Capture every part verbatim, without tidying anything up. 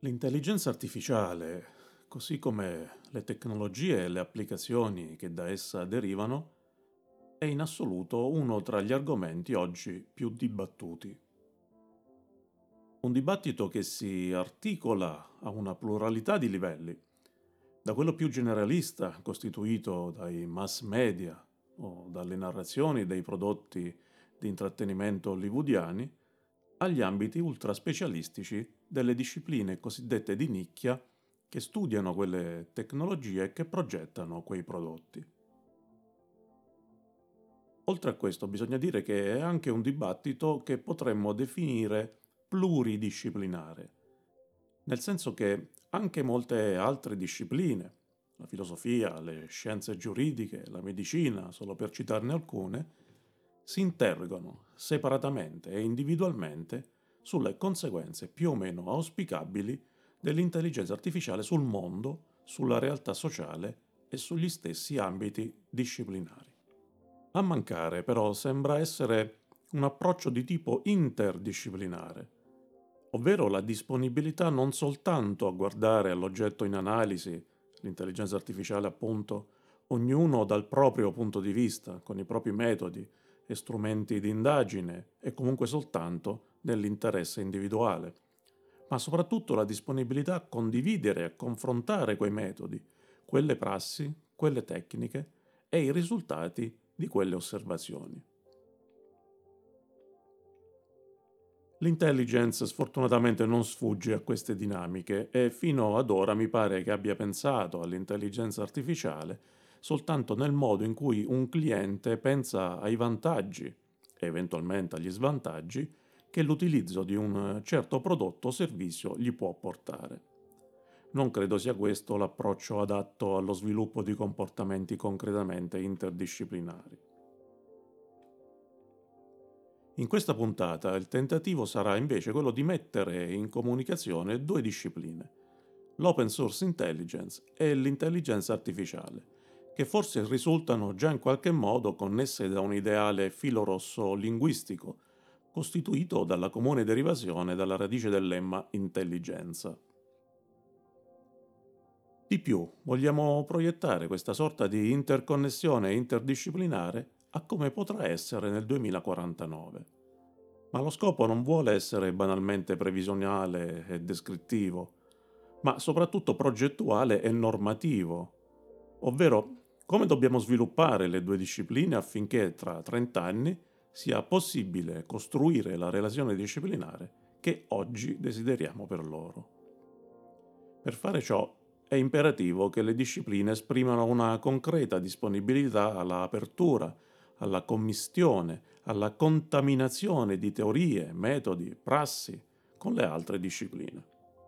L'intelligenza artificiale, così come le tecnologie e le applicazioni che da essa derivano, è in assoluto uno tra gli argomenti oggi più dibattuti. Un dibattito che si articola a una pluralità di livelli, da quello più generalista, costituito dai mass media o dalle narrazioni dei prodotti di intrattenimento hollywoodiani, agli ambiti ultraspecialistici delle discipline cosiddette di nicchia che studiano quelle tecnologie e che progettano quei prodotti. Oltre a questo bisogna dire che è anche un dibattito che potremmo definire pluridisciplinare, nel senso che anche molte altre discipline, la filosofia, le scienze giuridiche, la medicina, solo per citarne alcune, si interrogano separatamente e individualmente sulle conseguenze più o meno auspicabili dell'intelligenza artificiale sul mondo, sulla realtà sociale e sugli stessi ambiti disciplinari. A mancare però sembra essere un approccio di tipo interdisciplinare, ovvero la disponibilità non soltanto a guardare all'oggetto in analisi, l'intelligenza artificiale appunto, ognuno dal proprio punto di vista, con i propri metodi e strumenti di indagine e comunque soltanto nell'interesse individuale, ma soprattutto la disponibilità a condividere e a confrontare quei metodi, quelle prassi, quelle tecniche e i risultati di quelle osservazioni. L'intelligence sfortunatamente non sfugge a queste dinamiche e fino ad ora mi pare che abbia pensato all'intelligenza artificiale soltanto nel modo in cui un cliente pensa ai vantaggi e eventualmente agli svantaggi che l'utilizzo di un certo prodotto o servizio gli può portare. Non credo sia questo l'approccio adatto allo sviluppo di comportamenti concretamente interdisciplinari. In questa puntata il tentativo sarà invece quello di mettere in comunicazione due discipline, l'open source intelligence e l'intelligenza artificiale, che forse risultano già in qualche modo connesse da un ideale filo rosso linguistico, costituito dalla comune derivazione dalla radice del lemma intelligenza. Di più, vogliamo proiettare questa sorta di interconnessione interdisciplinare a come potrà essere nel duemilaquarantanove. Ma lo scopo non vuole essere banalmente previsionale e descrittivo, ma soprattutto progettuale e normativo, ovvero come dobbiamo sviluppare le due discipline affinché tra trenta anni sia possibile costruire la relazione disciplinare che oggi desideriamo per loro. Per fare ciò è imperativo che le discipline esprimano una concreta disponibilità alla apertura, alla commistione, alla contaminazione di teorie, metodi, prassi con le altre discipline.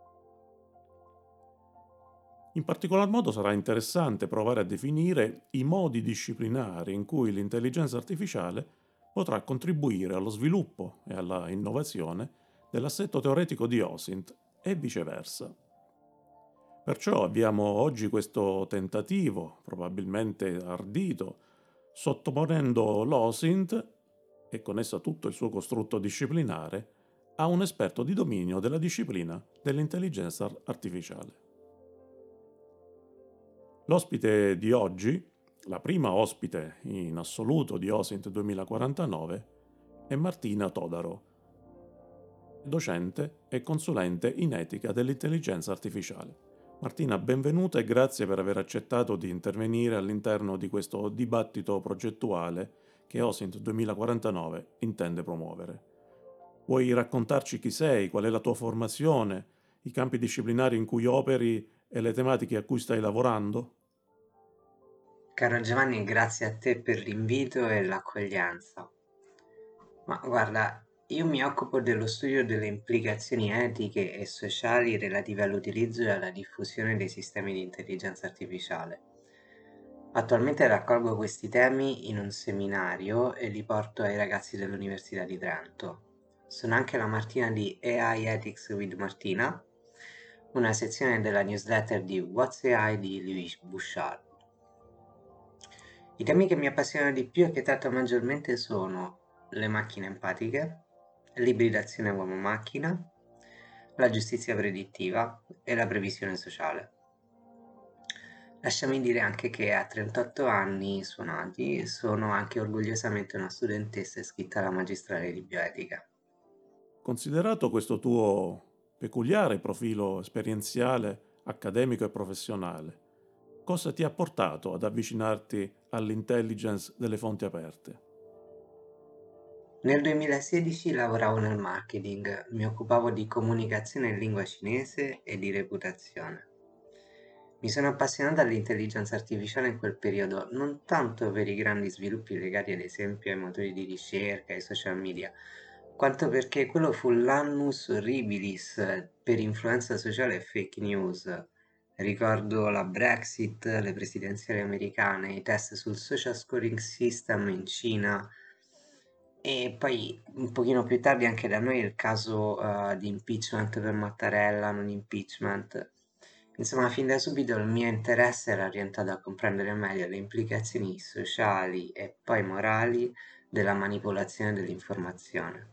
In particolar modo sarà interessante provare a definire i modi disciplinari in cui l'intelligenza artificiale potrà contribuire allo sviluppo e alla innovazione dell'assetto teoretico di OSINT e viceversa. Perciò avviamo oggi questo tentativo, probabilmente ardito, sottoponendo l'OSINT, e con essa tutto il suo costrutto disciplinare, a un esperto di dominio della disciplina dell'intelligenza artificiale. L'ospite di oggi, la prima ospite in assoluto di OSINT duemilaquarantanove, è Martina Todaro, docente e consulente in etica dell'intelligenza artificiale. Martina, benvenuta e grazie per aver accettato di intervenire all'interno di questo dibattito progettuale che OSINT duemilaquarantanove intende promuovere. Vuoi raccontarci chi sei, qual è la tua formazione, i campi disciplinari in cui operi e le tematiche a cui stai lavorando? Caro Giovanni, grazie a te per l'invito e l'accoglienza. Ma guarda, io mi occupo dello studio delle implicazioni etiche e sociali relative all'utilizzo e alla diffusione dei sistemi di intelligenza artificiale. Attualmente raccolgo questi temi in un seminario e li porto ai ragazzi dell'Università di Trento. Sono anche la Martina di A I Ethics with Martina, una sezione della newsletter di What's A I di Louis Bouchard. I temi che mi appassionano di più e che tratto maggiormente sono le macchine empatiche, l'ibridazione uomo-macchina, la giustizia predittiva e la previsione sociale. Lasciami dire anche che a trentotto anni suonati sono anche orgogliosamente una studentessa iscritta alla magistrale di bioetica. Considerato questo tuo peculiare profilo esperienziale, accademico e professionale, cosa ti ha portato ad avvicinarti all'intelligence delle fonti aperte? Nel duemilasedici lavoravo nel marketing, mi occupavo di comunicazione in lingua cinese e di reputazione. Mi sono appassionato all'intelligenza artificiale in quel periodo, non tanto per i grandi sviluppi legati ad esempio ai motori di ricerca e ai social media, quanto perché quello fu l'annus horribilis per influenza sociale e fake news. Ricordo la Brexit, le presidenziali americane, i test sul social scoring system in Cina e poi un pochino più tardi anche da noi il caso eh, di impeachment per Mattarella, non impeachment. Insomma, fin da subito il mio interesse era orientato a comprendere meglio le implicazioni sociali e poi morali della manipolazione dell'informazione.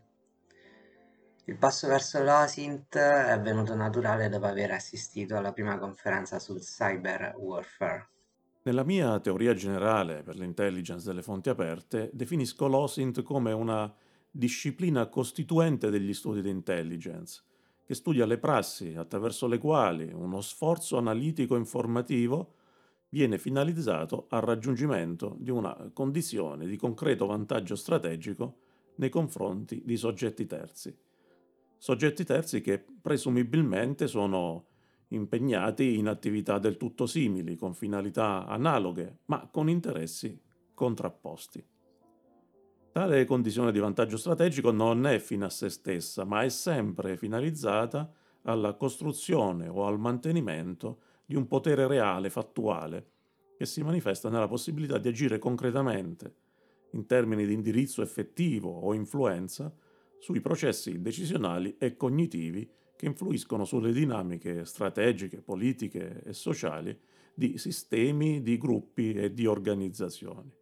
Il passo verso l'O S I N T è venuto naturale dopo aver assistito alla prima conferenza sul cyber warfare. Nella mia teoria generale per l'intelligence delle fonti aperte, definisco l'O S I N T come una disciplina costituente degli studi di intelligence, che studia le prassi attraverso le quali uno sforzo analitico informativo viene finalizzato al raggiungimento di una condizione di concreto vantaggio strategico nei confronti di soggetti terzi. Soggetti terzi che presumibilmente sono impegnati in attività del tutto simili, con finalità analoghe, ma con interessi contrapposti. Tale condizione di vantaggio strategico non è fine a se stessa, ma è sempre finalizzata alla costruzione o al mantenimento di un potere reale, fattuale, che si manifesta nella possibilità di agire concretamente, in termini di indirizzo effettivo o influenza, sui processi decisionali e cognitivi che influiscono sulle dinamiche strategiche, politiche e sociali di sistemi, di gruppi e di organizzazioni.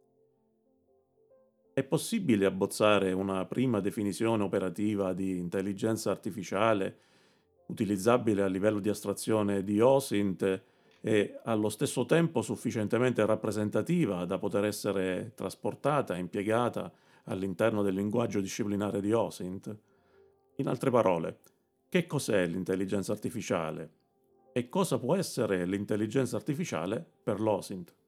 È possibile abbozzare una prima definizione operativa di intelligenza artificiale utilizzabile a livello di astrazione di O S I N T e allo stesso tempo sufficientemente rappresentativa da poter essere trasportata e impiegata all'interno del linguaggio disciplinare di O S I N T? In altre parole, che cos'è l'intelligenza artificiale e cosa può essere l'intelligenza artificiale per l'O S I N T?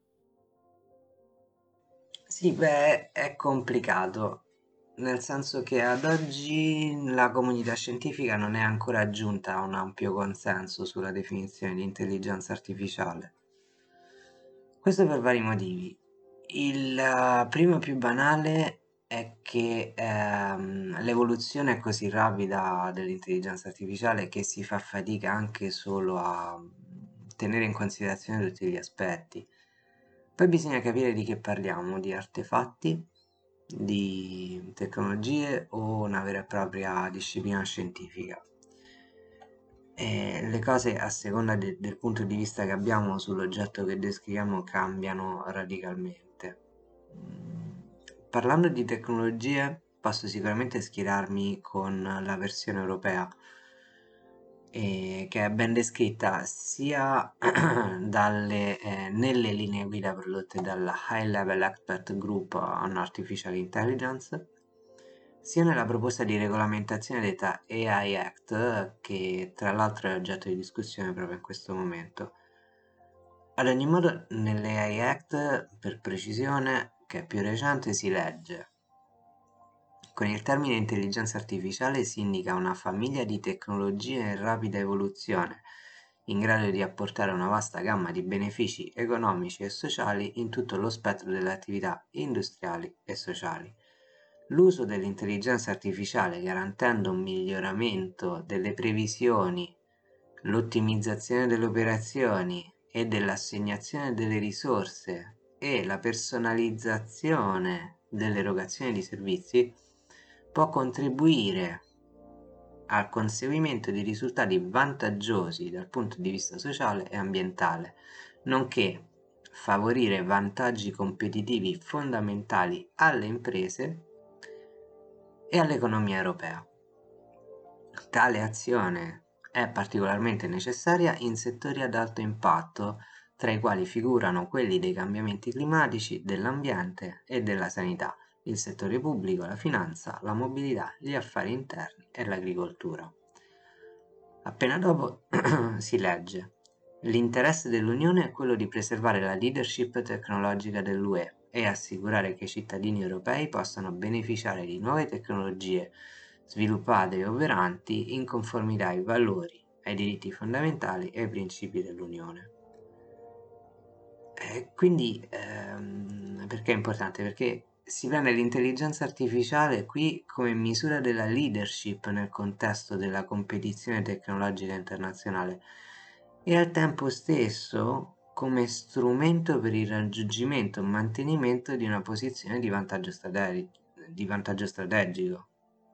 Sì, beh, è complicato, nel senso che ad oggi la comunità scientifica non è ancora giunta a un ampio consenso sulla definizione di intelligenza artificiale. Questo per vari motivi. Il eh, primo più banale è che ehm, l'evoluzione è così rapida dell'intelligenza artificiale che si fa fatica anche solo a mm, tenere in considerazione tutti gli aspetti. Poi bisogna capire di che parliamo, di artefatti, di tecnologie o una vera e propria disciplina scientifica. E le cose a seconda de- del punto di vista che abbiamo sull'oggetto che descriviamo cambiano radicalmente. Mm, Parlando di tecnologie, posso sicuramente schierarmi con la versione europea, e che è ben descritta sia dalle, eh, nelle linee guida prodotte dalla High Level Expert Group on Artificial Intelligence, sia nella proposta di regolamentazione detta A I Act, che tra l'altro è oggetto di discussione proprio in questo momento. Ad ogni modo, nelle A I Act, per precisione, che è più recente, si legge: con il termine intelligenza artificiale si indica una famiglia di tecnologie in rapida evoluzione, in grado di apportare una vasta gamma di benefici economici e sociali in tutto lo spettro delle attività industriali e sociali. L'uso dell'intelligenza artificiale garantendo un miglioramento delle previsioni, l'ottimizzazione delle operazioni e dell'assegnazione delle risorse e la personalizzazione dell'erogazione di servizi può contribuire al conseguimento di risultati vantaggiosi dal punto di vista sociale e ambientale, nonché favorire vantaggi competitivi fondamentali alle imprese e all'economia europea. Tale azione è particolarmente necessaria in settori ad alto impatto, tra i quali figurano quelli dei cambiamenti climatici, dell'ambiente e della sanità, il settore pubblico, la finanza, la mobilità, gli affari interni e l'agricoltura. Appena dopo si legge: l'interesse dell'Unione è quello di preservare la leadership tecnologica dell'U E e assicurare che i cittadini europei possano beneficiare di nuove tecnologie sviluppate e operanti in conformità ai valori, ai diritti fondamentali e ai principi dell'Unione. E quindi ehm, perché è importante? Perché si prende l'intelligenza artificiale qui come misura della leadership nel contesto della competizione tecnologica internazionale e al tempo stesso come strumento per il raggiungimento e mantenimento di una posizione di vantaggio, strategi- di vantaggio strategico.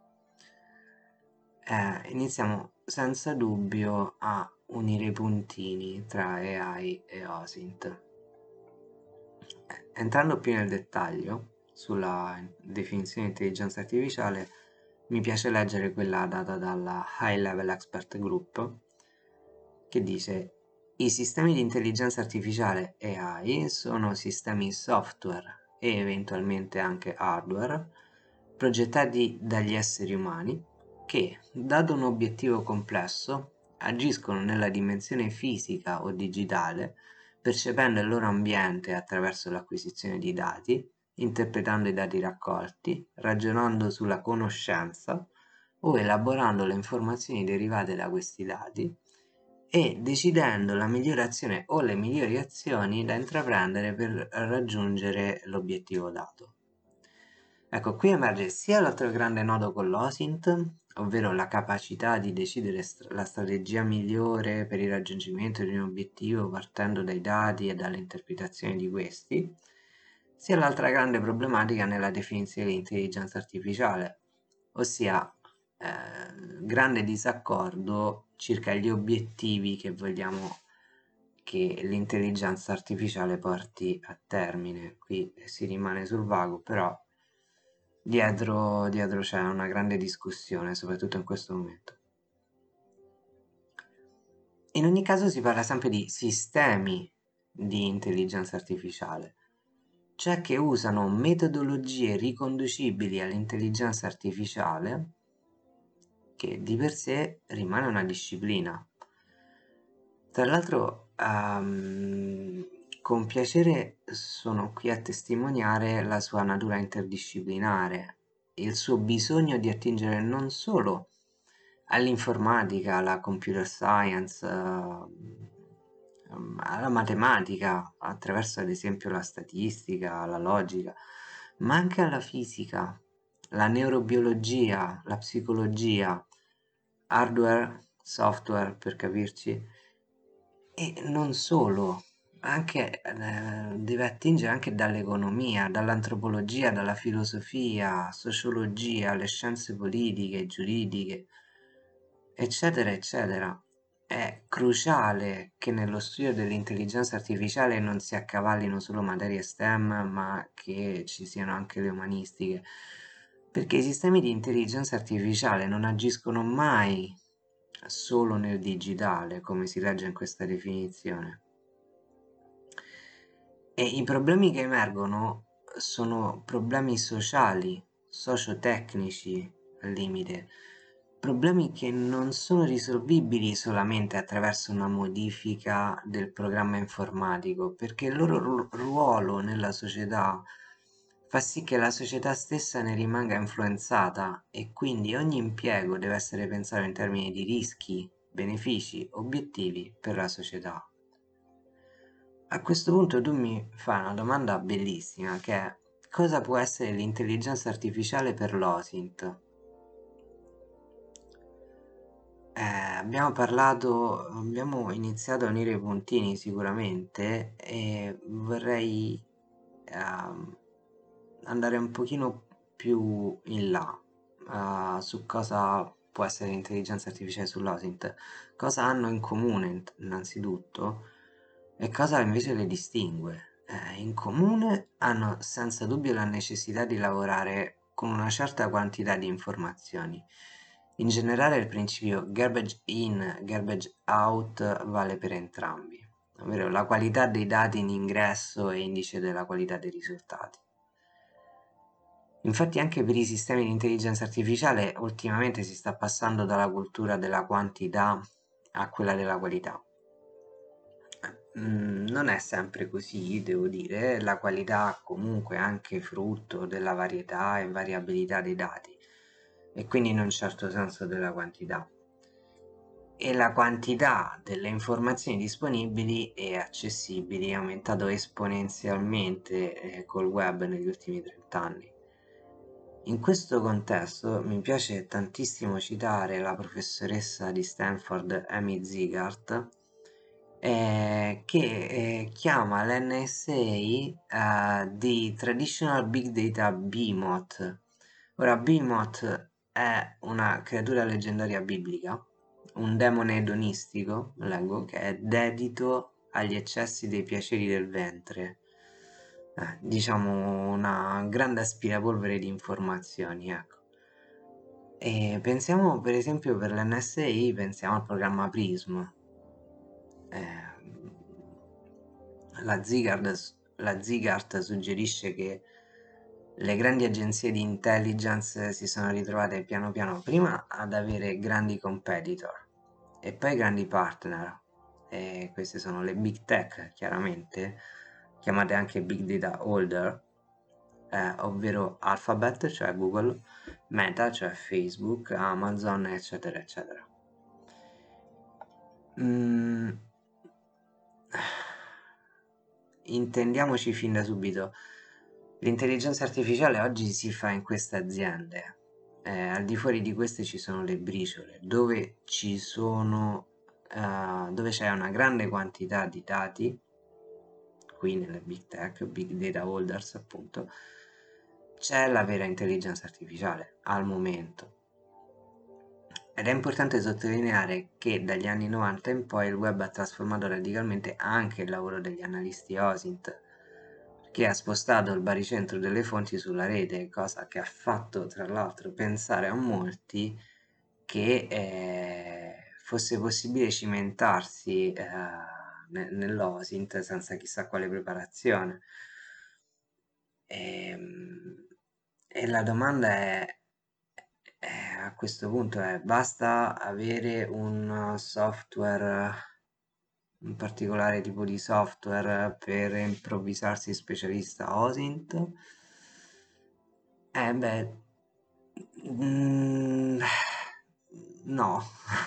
Eh, iniziamo senza dubbio a unire i puntini tra A I e O S I N T. Entrando più nel dettaglio sulla definizione di intelligenza artificiale, mi piace leggere quella data dalla High Level Expert Group che dice: i sistemi di intelligenza artificiale A I sono sistemi software e eventualmente anche hardware progettati dagli esseri umani che, dato un obiettivo complesso, agiscono nella dimensione fisica o digitale, percependo il loro ambiente attraverso l'acquisizione di dati, interpretando i dati raccolti, ragionando sulla conoscenza o elaborando le informazioni derivate da questi dati e decidendo la migliore azione o le migliori azioni da intraprendere per raggiungere l'obiettivo dato. Ecco, qui emerge sia l'altro grande nodo con l'O S I N T, ovvero la capacità di decidere st- la strategia migliore per il raggiungimento di un obiettivo partendo dai dati e dalle interpretazioni di questi, sia l'altra grande problematica nella definizione dell'intelligenza artificiale, ossia eh, grande disaccordo circa gli obiettivi che vogliamo che l'intelligenza artificiale porti a termine. Qui si rimane sul vago, però dietro, dietro c'è una grande discussione, soprattutto in questo momento. In ogni caso si parla sempre di sistemi di intelligenza artificiale, cioè che usano metodologie riconducibili all'intelligenza artificiale, che di per sé rimane una disciplina. Tra l'altro, um, con piacere sono qui a testimoniare la sua natura interdisciplinare, il suo bisogno di attingere non solo all'informatica, alla computer science, uh, alla matematica, attraverso ad esempio la statistica, la logica, ma anche alla fisica, la neurobiologia, la psicologia, hardware, software per capirci, e non solo, anche, eh, deve attingere anche dall'economia, dall'antropologia, dalla filosofia, sociologia, le scienze politiche, giuridiche, eccetera, eccetera. È cruciale che nello studio dell'intelligenza artificiale non si accavallino solo materie STEM, ma che ci siano anche le umanistiche, perché i sistemi di intelligenza artificiale non agiscono mai solo nel digitale, come si legge in questa definizione. E i problemi che emergono sono problemi sociali, socio-tecnici al limite, problemi che non sono risolvibili solamente attraverso una modifica del programma informatico, perché il loro ru- ruolo nella società fa sì che la società stessa ne rimanga influenzata e quindi ogni impiego deve essere pensato in termini di rischi, benefici, obiettivi per la società. A questo punto tu mi fai una domanda bellissima che è: cosa può essere l'intelligenza artificiale per l'O S I N T? Eh, abbiamo parlato, abbiamo iniziato a unire i puntini sicuramente e vorrei ehm, andare un pochino più in là eh, su cosa può essere l'intelligenza artificiale sull'O S I N T, cosa hanno in comune int- innanzitutto e cosa invece le distingue. Eh, in comune hanno senza dubbio la necessità di lavorare con una certa quantità di informazioni In generale il principio garbage in, garbage out vale per entrambi, ovvero la qualità dei dati in ingresso è indice della qualità dei risultati. Infatti anche per i sistemi di intelligenza artificiale ultimamente si sta passando dalla cultura della quantità a quella della qualità. Mm, non è sempre così, devo dire, la qualità comunque è anche frutto della varietà e variabilità dei dati e quindi in un certo senso della quantità. E la quantità delle informazioni disponibili e accessibili è aumentato esponenzialmente eh, col web negli ultimi trenta anni. In questo contesto mi piace tantissimo citare la professoressa di Stanford Amy Zegart eh, che eh, chiama l'N S A eh, di Traditional Big Data Behemoth. Ora, Behemoth è una creatura leggendaria biblica, un demone edonistico, leggo, che è dedito agli eccessi dei piaceri del ventre. Eh, diciamo una grande aspirapolvere di informazioni, ecco. E pensiamo per esempio per l'N S A, pensiamo al programma Prism. Eh, la Zigard, la Zigart suggerisce che le grandi agenzie di intelligence si sono ritrovate piano piano prima ad avere grandi competitor e poi grandi partner, e queste sono le big tech, chiaramente, chiamate anche big data holder, eh, ovvero Alphabet, cioè Google, Meta, cioè Facebook, Amazon, eccetera, eccetera. Mm, intendiamoci fin da subito, l'intelligenza artificiale oggi si fa in queste aziende. Eh, al di fuori di queste ci sono le briciole, dove ci sono, eh, dove c'è una grande quantità di dati, qui nelle big tech, big data holders appunto, c'è la vera intelligenza artificiale al momento. Ed è importante sottolineare che dagli anni novanta in poi il web ha trasformato radicalmente anche il lavoro degli analisti OSINT, che ha spostato il baricentro delle fonti sulla rete, cosa che ha fatto tra l'altro pensare a molti che eh, fosse possibile cimentarsi eh, ne- nell'OSINT senza chissà quale preparazione. E, e la domanda è, è, a questo punto è, basta avere un software, un particolare tipo di software per improvvisarsi specialista OSINT? Eh beh, mm, no.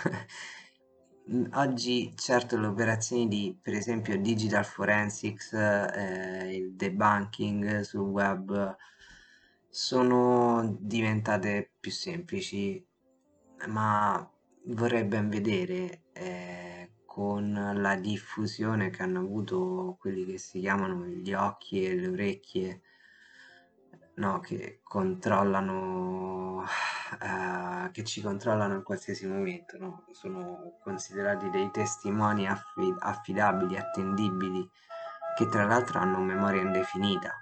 Oggi certo le operazioni di, per esempio, digital forensics, eh, il debunking sul web sono diventate più semplici, ma vorrei ben vedere eh, con la diffusione che hanno avuto quelli che si chiamano gli occhi e le orecchie, no, che controllano, eh, che ci controllano in qualsiasi momento, no? Sono considerati dei testimoni affi- affidabili, attendibili, che tra l'altro hanno memoria indefinita.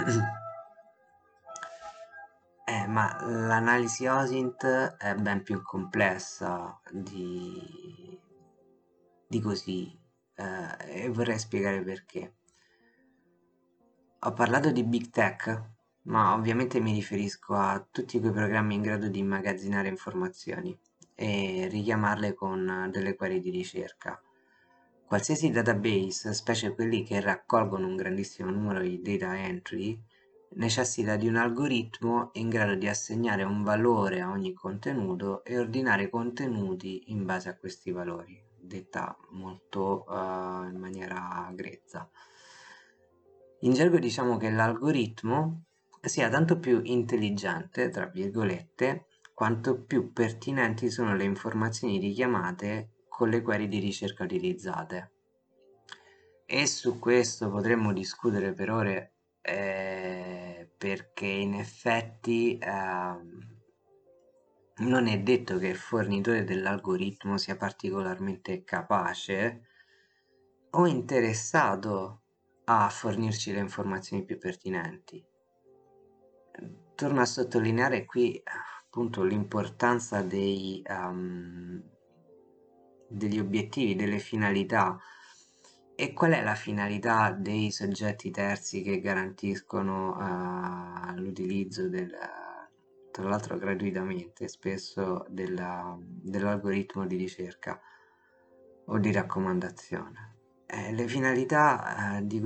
Eh, ma l'analisi OSINT è ben più complessa di, di così, eh, e vorrei spiegare perché. Ho parlato di big tech, ma ovviamente mi riferisco a tutti quei programmi in grado di immagazzinare informazioni e richiamarle con delle query di ricerca. Qualsiasi database, specie quelli che raccolgono un grandissimo numero di data entry, necessita di un algoritmo in grado di assegnare un valore a ogni contenuto e ordinare contenuti in base a questi valori, detta molto uh, in maniera grezza. In gergo diciamo che l'algoritmo sia tanto più intelligente, tra virgolette, quanto più pertinenti sono le informazioni richiamate con le query di ricerca utilizzate. E su questo potremmo discutere per ore, eh, perché in effetti ehm, non è detto che il fornitore dell'algoritmo sia particolarmente capace o interessato a fornirci le informazioni più pertinenti. Torno a sottolineare qui appunto l'importanza dei, um, degli obiettivi, delle finalità. E qual è la finalità dei soggetti terzi che garantiscono uh, l'utilizzo del, tra l'altro gratuitamente, spesso della- dell'algoritmo di ricerca o di raccomandazione? Eh, le finalità eh, di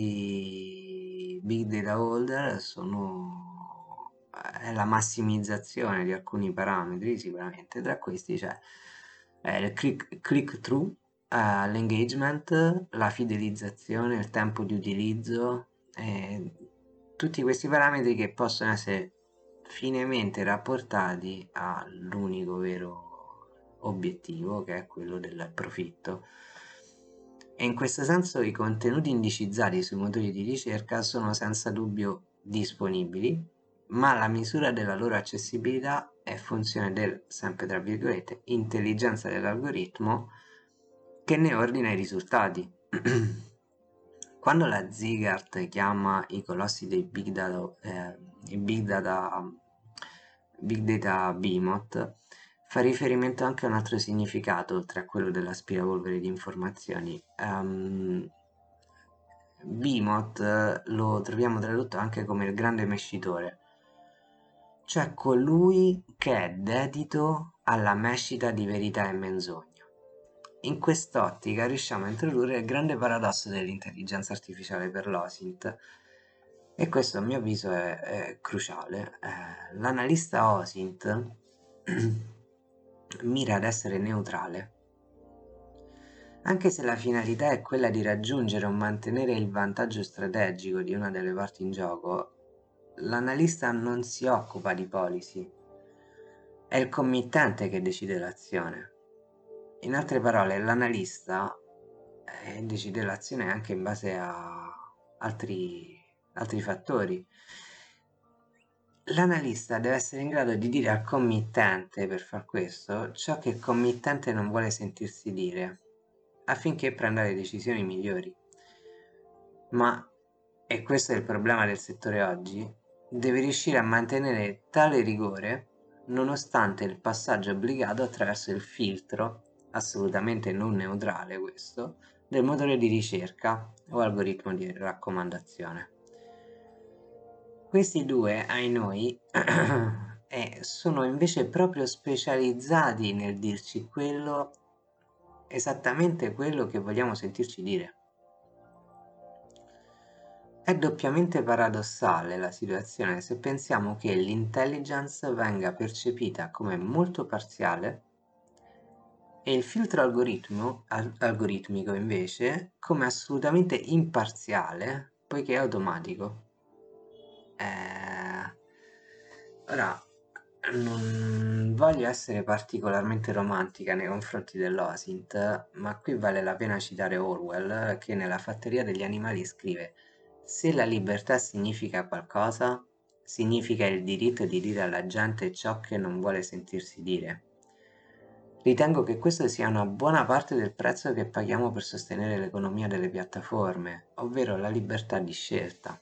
questi big data holder sono è la massimizzazione di alcuni parametri, sicuramente. Tra questi c'è eh, il click, click through, eh, l'engagement, la fidelizzazione, il tempo di utilizzo, eh, tutti questi parametri che possono essere finemente rapportati all'unico vero obiettivo, che è quello del profitto. E in questo senso i contenuti indicizzati sui motori di ricerca sono senza dubbio disponibili, ma la misura della loro accessibilità è funzione del, sempre tra virgolette, intelligenza dell'algoritmo che ne ordina i risultati. Quando la Zigart chiama i colossi dei big data, eh, i big data, big data behemoth, fa riferimento anche a un altro significato oltre a quello dell'aspirapolvere di informazioni. Um, Behemoth eh, lo troviamo tradotto anche come il grande mescitore, cioè colui che è dedito alla mescita di verità e menzogna. In quest'ottica riusciamo a introdurre il grande paradosso dell'intelligenza artificiale per l'OSINT, e questo a mio avviso è, è cruciale. Eh, l'analista OSINT mira ad essere neutrale, anche se la finalità è quella di raggiungere o mantenere il vantaggio strategico di una delle parti in gioco. L'analista non si occupa di policy, è il committente che decide l'azione. In altre parole, l'analista eh, decide l'azione anche in base a altri, altri fattori. L'analista deve essere in grado di dire al committente, per far questo, ciò che il committente non vuole sentirsi dire, affinché prenda le decisioni migliori. Ma, e questo è il problema del settore oggi, deve riuscire a mantenere tale rigore nonostante il passaggio obbligato attraverso il filtro, assolutamente non neutrale questo, del motore di ricerca o algoritmo di raccomandazione. Questi due, ai noi, eh, sono invece proprio specializzati nel dirci quello, esattamente quello che vogliamo sentirci dire. È doppiamente paradossale la situazione se pensiamo che l'intelligence venga percepita come molto parziale e il filtro algoritmo, al- algoritmico invece come assolutamente imparziale, poiché è automatico. Eh, ora, non voglio essere particolarmente romantica nei confronti dell'OSINT, ma qui vale la pena citare Orwell, che nella Fattoria degli animali scrive: se la libertà significa qualcosa, significa il diritto di dire alla gente ciò che non vuole sentirsi dire. Ritengo che questo sia una buona parte del prezzo che paghiamo per sostenere l'economia delle piattaforme, ovvero la libertà di scelta.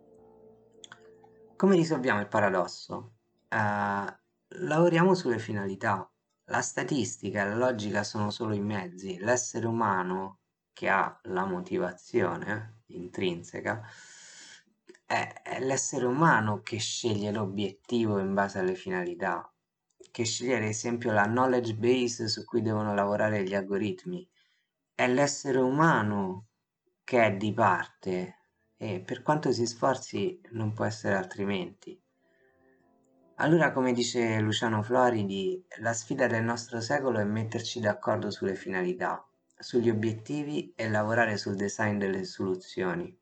Come risolviamo il paradosso? Eh, lavoriamo sulle finalità. La statistica e la logica sono solo i mezzi. L'essere umano, che ha la motivazione intrinseca, è, è l'essere umano che sceglie l'obiettivo in base alle finalità, che sceglie ad esempio la knowledge base su cui devono lavorare gli algoritmi. È l'essere umano che è di parte e per quanto si sforzi non può essere altrimenti. Allora, come dice Luciano Floridi, la sfida del nostro secolo è metterci d'accordo sulle finalità, sugli obiettivi e lavorare sul design delle soluzioni.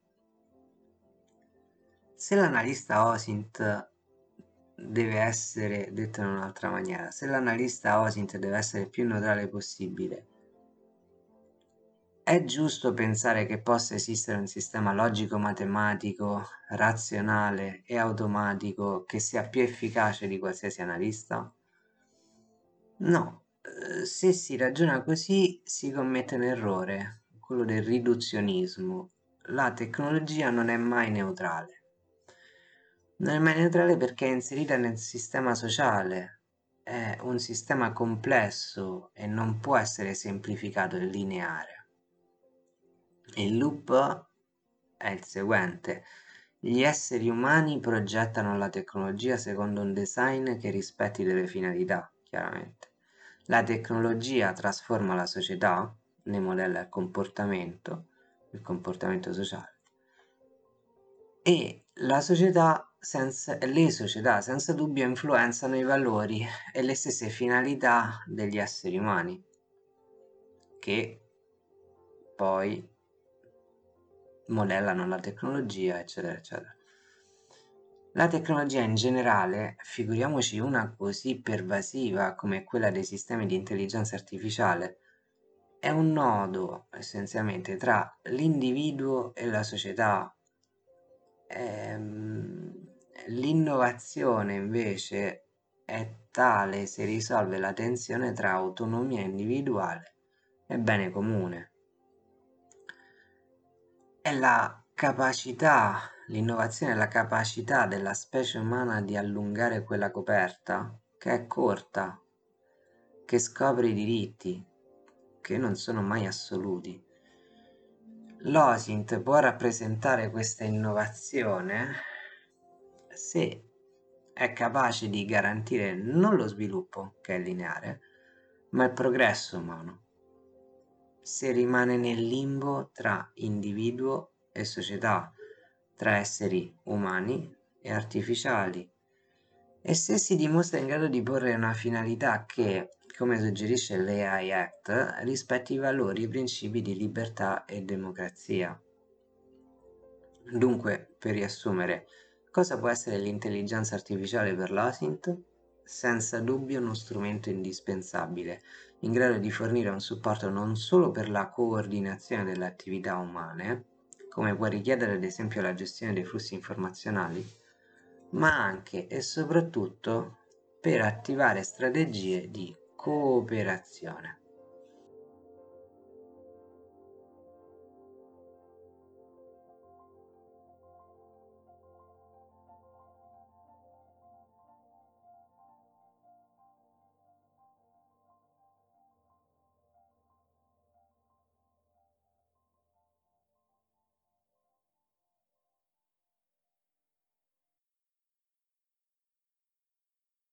Se l'analista OSINT deve essere, detto in un'altra maniera, se l'analista OSINT deve essere il più neutrale possibile, è giusto pensare che possa esistere un sistema logico-matematico, razionale e automatico che sia più efficace di qualsiasi analista? No, eh, se si ragiona così si commette un errore, quello del riduzionismo. La tecnologia non è mai neutrale. Non è mai neutrale perché è inserita nel sistema sociale, è un sistema complesso e non può essere semplificato e lineare. Il loop è il seguente: gli esseri umani progettano la tecnologia secondo un design che rispetti delle finalità, chiaramente. La tecnologia trasforma la società, ne modella il comportamento, il comportamento sociale, e la società senza, le società senza dubbio influenzano i valori e le stesse finalità degli esseri umani, che poi modellano la tecnologia, eccetera, eccetera. La tecnologia in generale, figuriamoci una così pervasiva come quella dei sistemi di intelligenza artificiale, è un nodo essenzialmente tra l'individuo e la società. Ehm, l'innovazione invece è tale se risolve la tensione tra autonomia individuale e bene comune. È la capacità, l'innovazione è la capacità della specie umana di allungare quella coperta che è corta, che scopre i diritti, che non sono mai assoluti. L'OSINT può rappresentare questa innovazione se è capace di garantire non lo sviluppo, che è lineare, ma il progresso umano. Se rimane nel limbo tra individuo e società, tra esseri umani e artificiali, e se si dimostra in grado di porre una finalità che, come suggerisce l'A I Act, rispetti i valori e i principi di libertà e democrazia. Dunque, per riassumere, cosa può essere l'intelligenza artificiale per l'OSINT? Senza dubbio uno strumento indispensabile, in grado di fornire un supporto non solo per la coordinazione delle attività umane, come può richiedere ad esempio la gestione dei flussi informazionali, ma anche e soprattutto per attivare strategie di cooperazione.